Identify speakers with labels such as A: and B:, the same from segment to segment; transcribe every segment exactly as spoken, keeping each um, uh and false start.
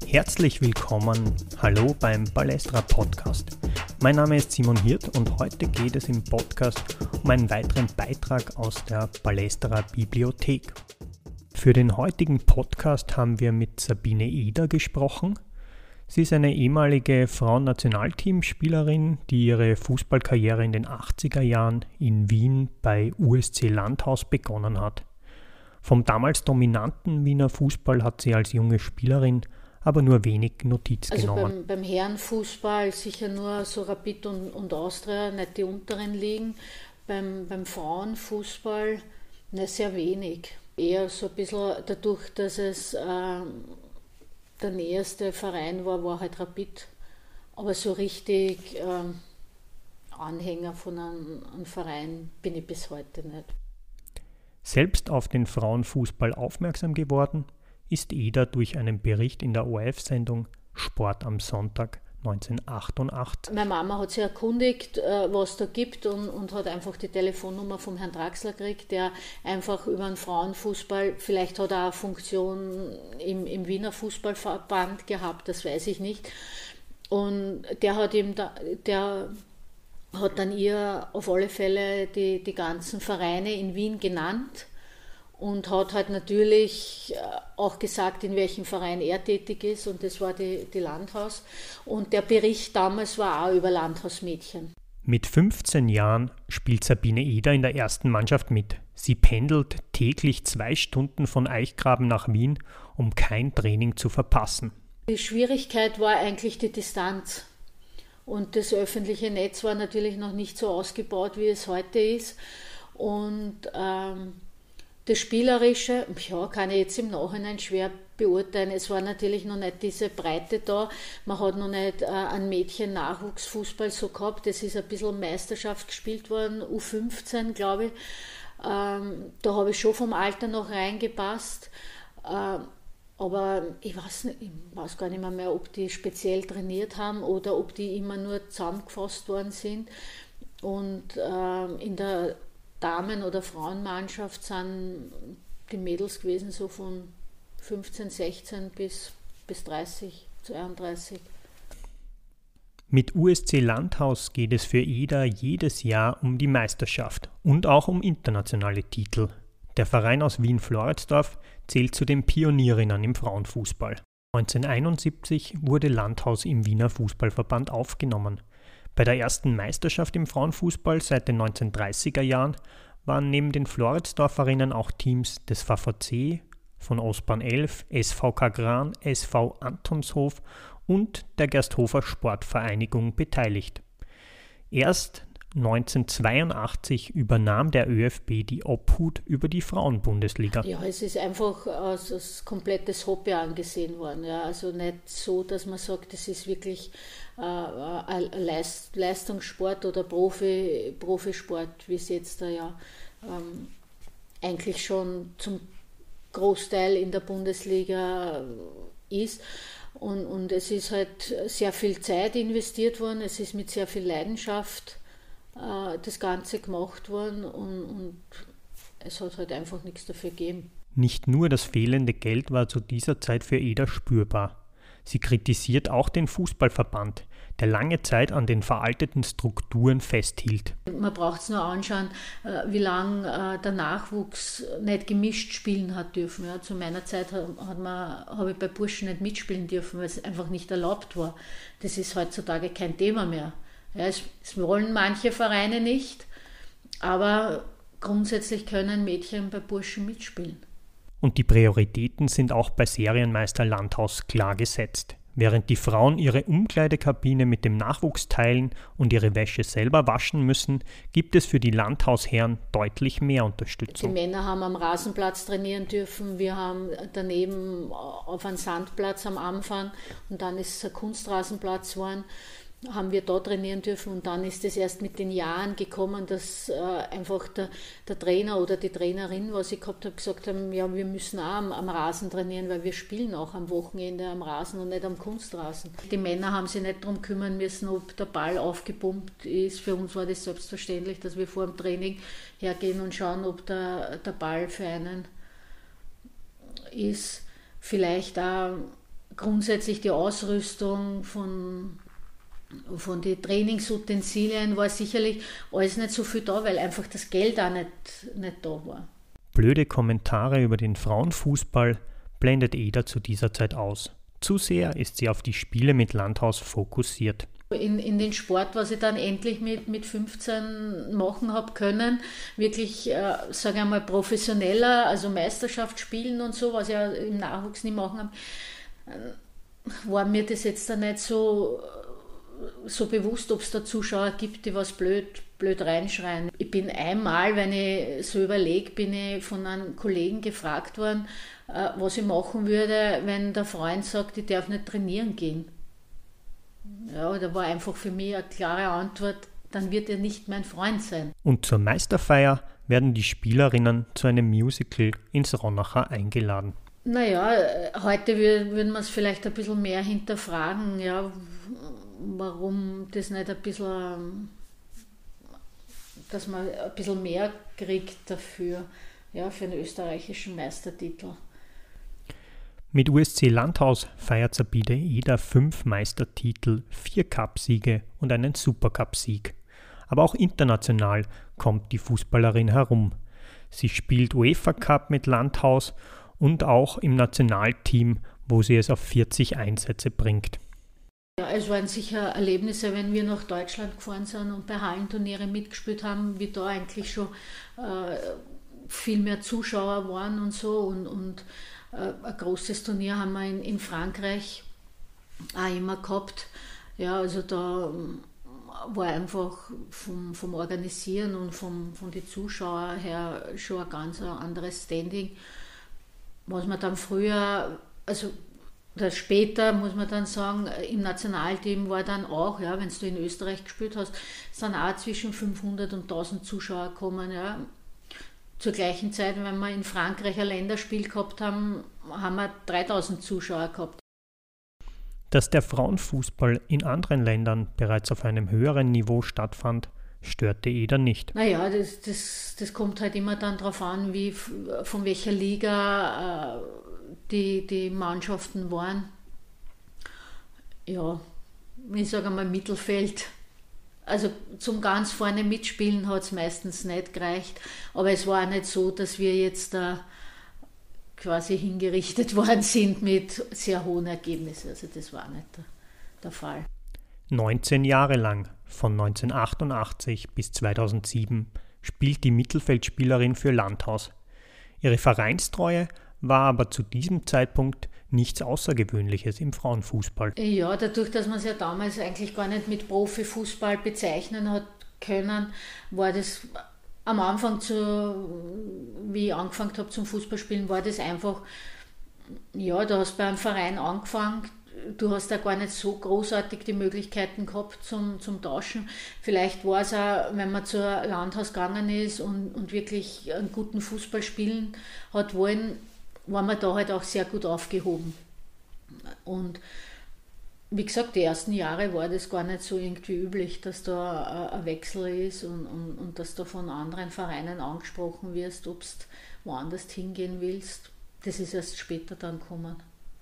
A: Herzlich willkommen, hallo beim Ballestra Podcast. Mein Name ist Simon Hirt und heute geht es im Podcast um einen weiteren Beitrag aus der Ballestra Bibliothek. Für den heutigen Podcast haben wir mit Sabine Eder gesprochen. Sie ist eine ehemalige Frauennationalteamspielerin, die ihre Fußballkarriere in den achtziger Jahren in Wien bei U S C Landhaus begonnen hat. Vom damals dominanten Wiener Fußball hat sie als junge Spielerin aber nur wenig Notiz
B: also
A: genommen.
B: Beim, beim Herrenfußball sicher nur so Rapid und, und Austria, nicht die unteren Ligen. Beim, beim Frauenfußball nicht sehr wenig. Eher so ein bisschen dadurch, dass es äh, der näherste Verein war, war halt Rapid. Aber so richtig äh, Anhänger von einem, einem Verein bin ich bis heute nicht.
A: Selbst auf den Frauenfußball aufmerksam geworden ist Eder durch einen Bericht in der O R F-Sendung Sport am Sonntag neunzehnhundertachtundachtzig.
B: Meine Mama hat sich erkundigt, was da gibt und, und hat einfach die Telefonnummer vom Herrn Draxler gekriegt, der einfach über den Frauenfußball, vielleicht hat er auch eine Funktion im, im Wiener Fußballverband gehabt, das weiß ich nicht. Und der hat ihm da, der hat dann ihr auf alle Fälle die, die ganzen Vereine in Wien genannt und hat halt natürlich auch gesagt, in welchem Verein er tätig ist, und das war die, die Landhaus. Und der Bericht damals war auch über Landhausmädchen.
A: Mit fünfzehn Jahren spielt Sabine Eder in der ersten Mannschaft mit. Sie pendelt täglich zwei Stunden von Eichgraben nach Wien, um kein Training zu verpassen.
B: Die Schwierigkeit war eigentlich die Distanz. Und das öffentliche Netz war natürlich noch nicht so ausgebaut, wie es heute ist. Und ähm, das Spielerische, ja, kann ich jetzt im Nachhinein schwer beurteilen. Es war natürlich noch nicht diese Breite da. Man hat noch nicht äh, einen Mädchen-Nachwuchsfußball so gehabt. Das ist ein bisschen Meisterschaft gespielt worden, U fünfzehn, glaube ich. Ähm, da habe ich schon vom Alter noch reingepasst. Ähm, aber ich weiß, nicht, ich weiß gar nicht mehr, mehr, ob die speziell trainiert haben oder ob die immer nur zusammengefasst worden sind. Und ähm, in der Damen- oder Frauenmannschaft sind die Mädels gewesen, so von fünfzehn, sechzehn bis, bis dreißig, zweiunddreißig.
A: Mit U S C Landhaus geht es für Eder jedes Jahr um die Meisterschaft und auch um internationale Titel. Der Verein aus Wien-Floridsdorf zählt zu den Pionierinnen im Frauenfußball. neunzehnhunderteinundsiebzig wurde Landhaus im Wiener Fußballverband aufgenommen. Bei der ersten Meisterschaft im Frauenfußball seit den neunzehnhundertdreißiger Jahren waren neben den Floridsdorferinnen auch Teams des V V C, von Ostbahn elf, S V K Gran, S V Antonshof und der Gersthofer Sportvereinigung beteiligt. Erst neunzehnhundertzweiundachtzig übernahm der Ö F B die Obhut über die Frauenbundesliga.
B: Ja, es ist einfach als, als komplettes Hobby angesehen worden. Ja. Also nicht so, dass man sagt, es ist wirklich äh, ein Leist, Leistungssport oder Profi, Profisport, wie es jetzt da ja ähm, eigentlich schon zum Großteil in der Bundesliga ist. Und, und es ist halt sehr viel Zeit investiert worden, es ist mit sehr viel Leidenschaft das Ganze gemacht worden und, und es hat halt einfach nichts dafür gegeben.
A: Nicht nur das fehlende Geld war zu dieser Zeit für Eder spürbar. Sie kritisiert auch den Fußballverband, der lange Zeit an den veralteten Strukturen festhielt.
B: Man braucht es nur anschauen, wie lange der Nachwuchs nicht gemischt spielen hat dürfen. Ja, zu meiner Zeit hat man, habe ich bei Burschen nicht mitspielen dürfen, weil es einfach nicht erlaubt war. Das ist heutzutage kein Thema mehr. Ja, es, es wollen manche Vereine nicht, aber grundsätzlich können Mädchen bei Burschen mitspielen.
A: Und die Prioritäten sind auch bei Serienmeister Landhaus klar gesetzt. Während die Frauen ihre Umkleidekabine mit dem Nachwuchs teilen und ihre Wäsche selber waschen müssen, gibt es für die Landhausherren deutlich mehr Unterstützung.
B: Die Männer haben am Rasenplatz trainieren dürfen, wir haben daneben auf einem Sandplatz am Anfang und dann ist es ein Kunstrasenplatz geworden, haben wir da trainieren dürfen und dann ist es erst mit den Jahren gekommen, dass äh, einfach der, der Trainer oder die Trainerin, was ich gehabt habe, gesagt haben, ja, wir müssen auch am, am Rasen trainieren, weil wir spielen auch am Wochenende am Rasen und nicht am Kunstrasen. Die Männer haben sich nicht darum kümmern müssen, ob der Ball aufgepumpt ist. Für uns war das selbstverständlich, dass wir vor dem Training hergehen und schauen, ob der, der Ball für einen ist. Vielleicht auch grundsätzlich die Ausrüstung von, von den Trainingsutensilien war sicherlich alles nicht so viel da, weil einfach das Geld auch nicht, nicht da war.
A: Blöde Kommentare über den Frauenfußball blendet Eder zu dieser Zeit aus. Zu sehr ist sie auf die Spiele mit Landhaus fokussiert.
B: In, in den Sport, was ich dann endlich mit, mit fünfzehn machen habe können, wirklich, äh, sage ich einmal, professioneller, also Meisterschaft spielen und so, was ich ja im Nachwuchs nicht machen habe, äh, war mir das jetzt dann nicht so, so bewusst, ob es da Zuschauer gibt, die was blöd, blöd reinschreien. Ich bin einmal, wenn ich so überlege, bin ich von einem Kollegen gefragt worden, äh, was ich machen würde, wenn der Freund sagt, ich darf nicht trainieren gehen. Ja, da war einfach für mich eine klare Antwort, dann wird er nicht mein Freund sein.
A: Und zur Meisterfeier werden die Spielerinnen zu einem Musical ins Ronacher eingeladen.
B: Naja, heute würden wir es vielleicht ein bisschen mehr hinterfragen, ja, warum das nicht ein bisschen, dass man ein bisschen mehr kriegt dafür, ja, für den österreichischen Meistertitel.
A: Mit U S C Landhaus feiert Sabine Eder fünf Meistertitel, vier Cupsiege und einen Supercup-Sieg. Aber auch international kommt die Fußballerin herum. Sie spielt UEFA Cup mit Landhaus und auch im Nationalteam, wo sie es auf vierzig Einsätze bringt.
B: Ja, es waren sicher Erlebnisse, wenn wir nach Deutschland gefahren sind und bei Hallenturnieren mitgespielt haben, wie da eigentlich schon äh, viel mehr Zuschauer waren und so. Und, und äh, ein großes Turnier haben wir in, in Frankreich auch immer gehabt. Ja, also da war einfach vom, vom Organisieren und vom, von den Zuschauern her schon ein ganz anderes Standing. Was man dann früher, also oder später muss man dann sagen, im Nationalteam war dann auch, ja, wenn du in Österreich gespielt hast, sind auch zwischen fünfhundert und tausend Zuschauer gekommen. Ja. Zur gleichen Zeit, wenn wir in Frankreich ein Länderspiel gehabt haben, haben wir dreitausend Zuschauer gehabt.
A: Dass der Frauenfußball in anderen Ländern bereits auf einem höheren Niveau stattfand, störte Eder nicht.
B: Naja, das, das, das kommt halt immer dann darauf an, wie, von welcher Liga äh, die, die Mannschaften waren. Ja, ich sage mal Mittelfeld. Also zum ganz vorne mitspielen hat es meistens nicht gereicht, aber es war auch nicht so, dass wir jetzt da quasi hingerichtet worden sind mit sehr hohen Ergebnissen. Also das war nicht der, der Fall.
A: neunzehn Jahre lang, von neunzehnhundertachtundachtzig bis zweitausendsieben, spielt die Mittelfeldspielerin für Landhaus. Ihre Vereinstreue war aber zu diesem Zeitpunkt nichts Außergewöhnliches im Frauenfußball.
B: Ja, dadurch, dass man es ja damals eigentlich gar nicht mit Profifußball bezeichnen hat können, war das am Anfang, zu, wie ich angefangen habe zum Fußballspielen, war das einfach, ja, du hast bei einem Verein angefangen, du hast da gar nicht so großartig die Möglichkeiten gehabt zum, zum Tauschen. Vielleicht war es auch, wenn man zur Landhaus gegangen ist und, und wirklich einen guten Fußball spielen hat wollen, war man da halt auch sehr gut aufgehoben. Und wie gesagt, die ersten Jahre war das gar nicht so irgendwie üblich, dass da ein Wechsel ist und, und, und dass du von anderen Vereinen angesprochen wirst, ob du woanders hingehen willst. Das ist erst später dann gekommen.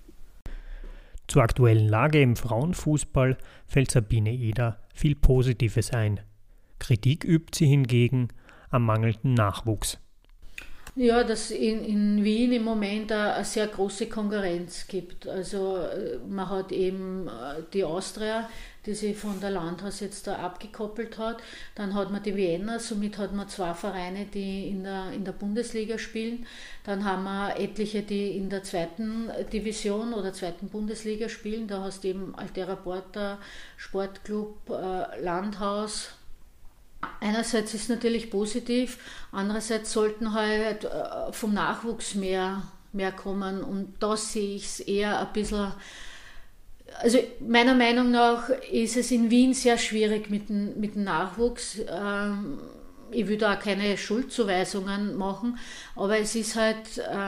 A: Zur aktuellen Lage im Frauenfußball fällt Sabine Eder viel Positives ein. Kritik übt sie hingegen am mangelnden Nachwuchs.
B: Ja, dass in, in Wien im Moment eine, eine sehr große Konkurrenz gibt. Also man hat eben die Austria, die sich von der Landhaus jetzt da abgekoppelt hat. Dann hat man die Wiener, somit hat man zwei Vereine, die in der, in der Bundesliga spielen. Dann haben wir etliche, die in der zweiten Division oder zweiten Bundesliga spielen. Da hast du eben Altera Porta, Sportclub, äh, Landhaus. Einerseits ist es natürlich positiv, andererseits sollten halt vom Nachwuchs mehr, mehr kommen und da sehe ich es eher ein bisschen, also meiner Meinung nach ist es in Wien sehr schwierig mit dem, mit dem Nachwuchs. Ich will da auch keine Schuldzuweisungen machen, aber es ist halt,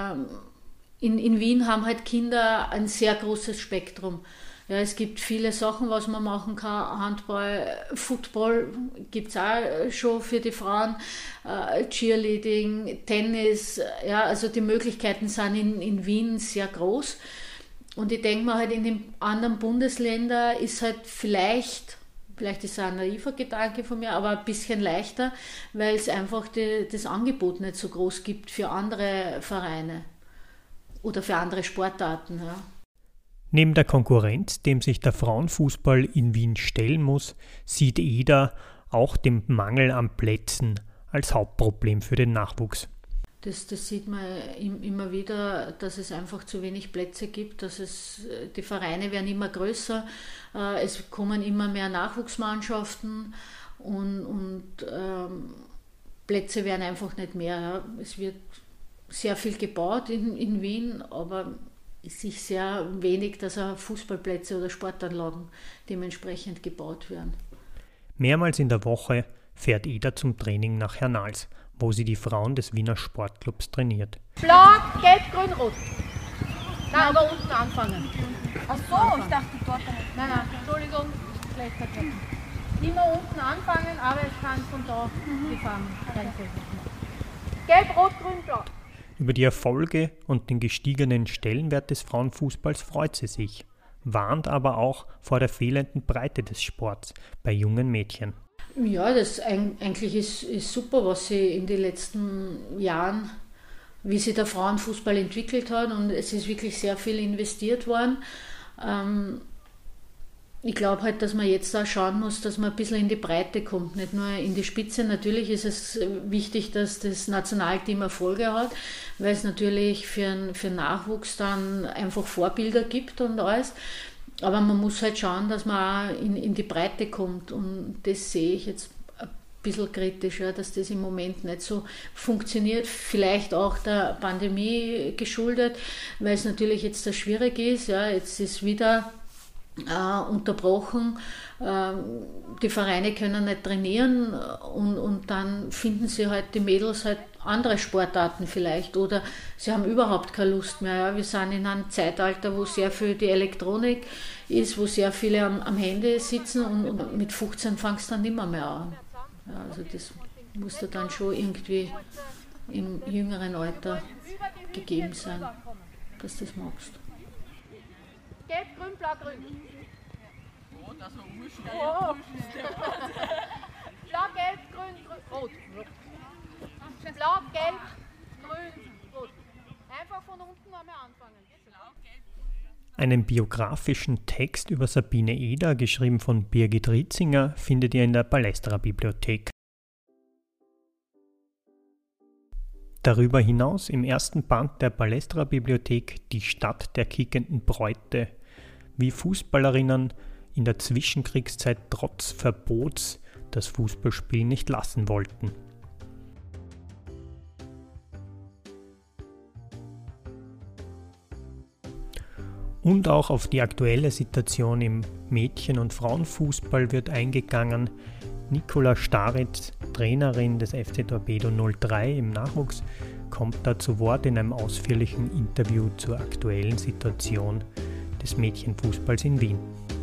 B: in, in Wien haben halt Kinder ein sehr großes Spektrum. Ja, es gibt viele Sachen, was man machen kann. Handball, Football gibt es auch schon für die Frauen, äh, Cheerleading, Tennis. Ja, also die Möglichkeiten sind in, in Wien sehr groß. Und ich denke mal halt, in den anderen Bundesländern ist halt vielleicht, vielleicht ist es ein naiver Gedanke von mir, aber ein bisschen leichter, weil es einfach die, das Angebot nicht so groß gibt für andere Vereine oder für andere Sportarten. Ja.
A: Neben der Konkurrenz, dem sich der Frauenfußball in Wien stellen muss, sieht Eder auch den Mangel an Plätzen als Hauptproblem für den Nachwuchs.
B: Das, das sieht man immer wieder, dass es einfach zu wenig Plätze gibt, dass es, die Vereine werden immer größer, es kommen immer mehr Nachwuchsmannschaften und, und ähm, Plätze werden einfach nicht mehr. Ja. Es wird sehr viel gebaut in, in Wien, aber es ist sehr wenig, dass auch Fußballplätze oder Sportanlagen dementsprechend gebaut werden. Mehrmals in der Woche fährt Eder zum Training nach Hernals, wo sie die Frauen des Wiener Sportclubs trainiert.
C: Blau, gelb, grün, rot. Nein, aber unten anfangen. Ach so, anfangen. Ich dachte dort. Nein, nein, Entschuldigung, schlechter Treffen. Immer unten anfangen, aber es kann von da die Farben reinfällen. Gelb, rot, grün, blau.
A: Über die Erfolge und den gestiegenen Stellenwert des Frauenfußballs freut sie sich, warnt aber auch vor der fehlenden Breite des Sports bei jungen Mädchen. Ja, das eigentlich ist, ist super, was sie in den letzten Jahren, wie sich der Frauenfußball entwickelt hat, und es ist wirklich sehr viel investiert worden. Ähm, ich glaube halt, dass man jetzt auch schauen muss, dass man ein bisschen in die Breite kommt, nicht nur in die Spitze. Natürlich ist es wichtig, dass das Nationalteam Erfolge hat, weil es natürlich für, für Nachwuchs dann einfach Vorbilder gibt und alles. Aber man muss halt schauen, dass man auch in, in die Breite kommt, und das sehe ich jetzt ein bisschen kritisch, ja, dass das im Moment nicht so funktioniert. Vielleicht auch der Pandemie geschuldet, weil es natürlich jetzt so schwierig ist. Ja, jetzt ist wieder äh, unterbrochen, äh, die Vereine können nicht trainieren, und, und dann finden sie halt die Mädels halt andere Sportarten vielleicht, oder sie haben überhaupt keine Lust mehr. Ja. Wir sind in einem Zeitalter, wo sehr viel die Elektronik ist, wo sehr viele am, am Handy sitzen, und, und mit fünfzehn fangst du dann nicht mehr, mehr an. Ja, also das muss dir dann schon irgendwie im jüngeren Alter gegeben sein, dass du das magst.
C: Gelb, grün, blau, grün.
D: Oh, das war umgeschnitten.
C: Oh. Blau, gelb, grün, grün, rot. Blau, gelb, grün, rot. Einfach von unten einmal anfangen.
A: Einen biografischen Text über Sabine Eder, geschrieben von Birgit Ritzinger, findet ihr in der Palästra-Bibliothek. Darüber hinaus im ersten Band der Palästra-Bibliothek Die Stadt der kickenden Bräute, wie Fußballerinnen in der Zwischenkriegszeit trotz Verbots das Fußballspiel nicht lassen wollten. Und auch auf die aktuelle Situation im Mädchen- und Frauenfußball wird eingegangen. Nicola Staritz, Trainerin des F C Torpedo null drei im Nachwuchs, kommt da zu Wort in einem ausführlichen Interview zur aktuellen Situation des Mädchenfußballs in Wien.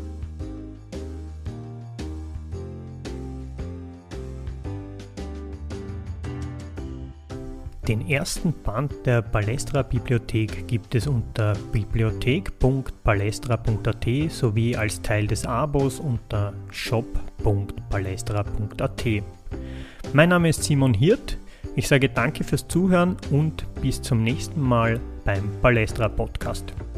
A: Den ersten Band der Palästra-Bibliothek gibt es unter bibliothek punkt palästra punkt a t sowie als Teil des Abos unter shop punkt palästra punkt a t. Mein Name ist Simon Hirt, ich sage danke fürs Zuhören und bis zum nächsten Mal beim Palästra Podcast.